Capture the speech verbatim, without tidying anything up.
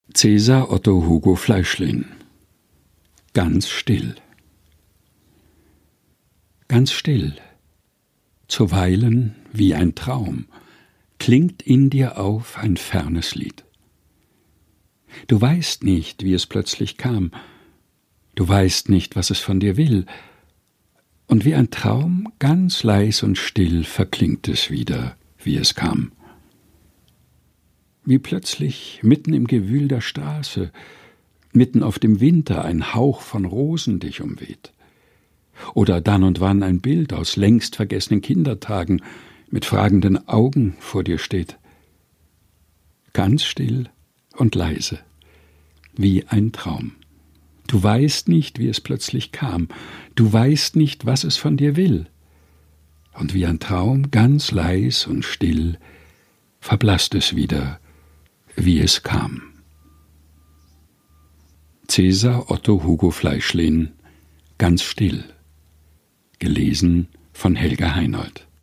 Cäsar Otto Hugo Fleischlin. Ganz still. Ganz still, zuweilen wie ein Traum, klingt in dir auf ein fernes Lied. Du weißt nicht, wie es plötzlich kam, du weißt nicht, was es von dir will, und wie ein Traum, ganz leis und still, verklingt es wieder, wie es kam. Wie plötzlich, mitten im Gewühl der Straße, mitten auf dem Winter ein Hauch von Rosen dich umweht. Oder dann und wann ein Bild aus längst vergessenen Kindertagen mit fragenden Augen vor dir steht. Ganz still und leise, wie ein Traum. Du weißt nicht, wie es plötzlich kam, du weißt nicht, was es von dir will. Und wie ein Traum, ganz leis und still, verblasst es wieder, wie es kam. Cäsar Otto Hugo Fleischlin. Ganz still. Gelesen von Helga Heinold.